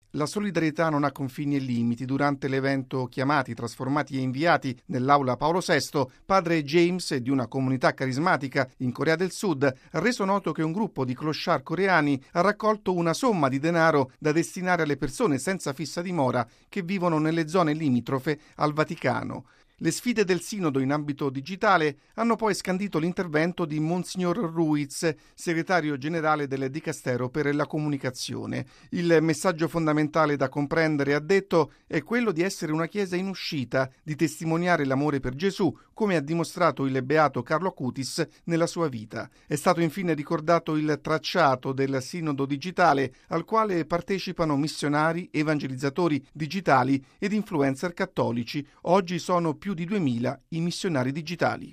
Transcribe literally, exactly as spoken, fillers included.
La solidarietà non ha confini e limiti. Durante l'evento Chiamati, trasformati e inviati nell'aula Paolo sesto, padre James, di una comunità carismatica in Corea del Sud, ha reso noto che un gruppo di clochard coreani ha raccolto una somma di denaro da destinare alle persone senza fissa dimora che vivono nelle zone limitrofe al Vaticano. Le sfide del Sinodo in ambito digitale hanno poi scandito l'intervento di Monsignor Ruiz, segretario generale del Dicastero per la comunicazione. Il messaggio fondamentale da comprendere, ha detto, è quello di essere una Chiesa in uscita, di testimoniare l'amore per Gesù, come ha dimostrato il beato Carlo Acutis nella sua vita. È stato infine ricordato il tracciato del Sinodo digitale, al quale partecipano missionari, evangelizzatori digitali ed influencer cattolici. Oggi sono più di duemila i missionari digitali.